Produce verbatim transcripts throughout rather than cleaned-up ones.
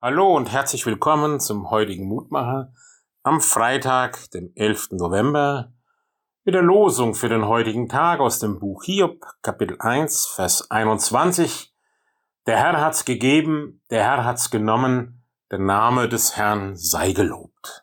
Hallo und herzlich willkommen zum heutigen Mutmacher am Freitag, dem elften November, mit der Losung für den heutigen Tag aus dem Buch Hiob, Kapitel eins, Vers einundzwanzig. Der Herr hat's gegeben, der Herr hat's genommen, der Name des Herrn sei gelobt.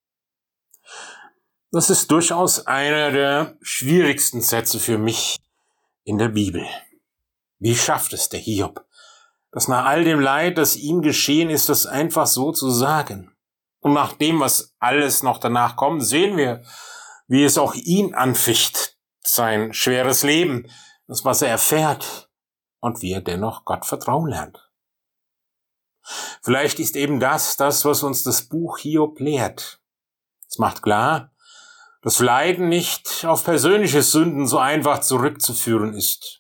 Das ist durchaus einer der schwierigsten Sätze für mich in der Bibel. Wie schafft es der Hiob, dass nach all dem Leid, das ihm geschehen ist, das einfach so zu sagen? Und nach dem, was alles noch danach kommt, sehen wir, wie es auch ihn anficht, sein schweres Leben, das, was er erfährt und wie er dennoch Gott vertrauen lernt. Vielleicht ist eben das, das, was uns das Buch Hiob lehrt. Es macht klar, dass Leiden nicht auf persönliche Sünden so einfach zurückzuführen ist.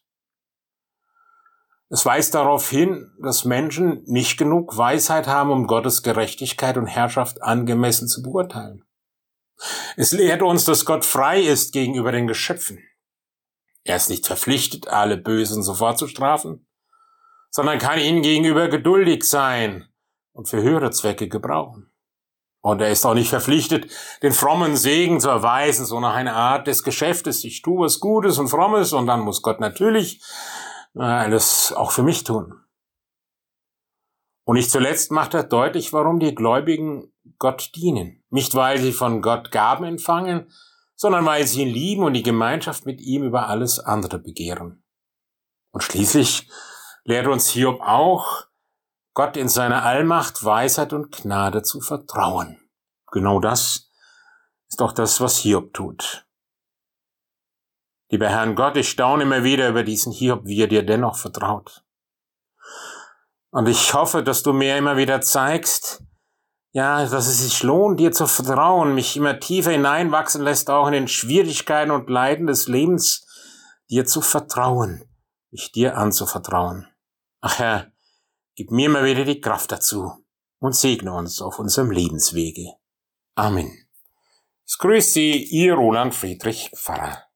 Es weist darauf hin, dass Menschen nicht genug Weisheit haben, um Gottes Gerechtigkeit und Herrschaft angemessen zu beurteilen. Es lehrt uns, dass Gott frei ist gegenüber den Geschöpfen. Er ist nicht verpflichtet, alle Bösen sofort zu strafen, sondern kann ihnen gegenüber geduldig sein und für höhere Zwecke gebrauchen. Und er ist auch nicht verpflichtet, den frommen Segen zu erweisen, so nach einer Art des Geschäftes. Ich tue was Gutes und Frommes und dann muss Gott natürlich alles auch für mich tun. Und nicht zuletzt macht er deutlich, warum die Gläubigen Gott dienen. Nicht, weil sie von Gott Gaben empfangen, sondern weil sie ihn lieben und die Gemeinschaft mit ihm über alles andere begehren. Und schließlich lehrt uns Hiob auch, Gott in seiner Allmacht, Weisheit und Gnade zu vertrauen. Genau das ist auch das, was Hiob tut. Lieber Herrn Gott, ich staune immer wieder über diesen Hiob, wie er dir dennoch vertraut. Und ich hoffe, dass du mir immer wieder zeigst, ja, dass es sich lohnt, dir zu vertrauen, mich immer tiefer hineinwachsen lässt, auch in den Schwierigkeiten und Leiden des Lebens, dir zu vertrauen, mich dir anzuvertrauen. Ach Herr, gib mir immer wieder die Kraft dazu und segne uns auf unserem Lebenswege. Amen. Es grüßt Sie, Ihr Roland Friedrich Pfarrer.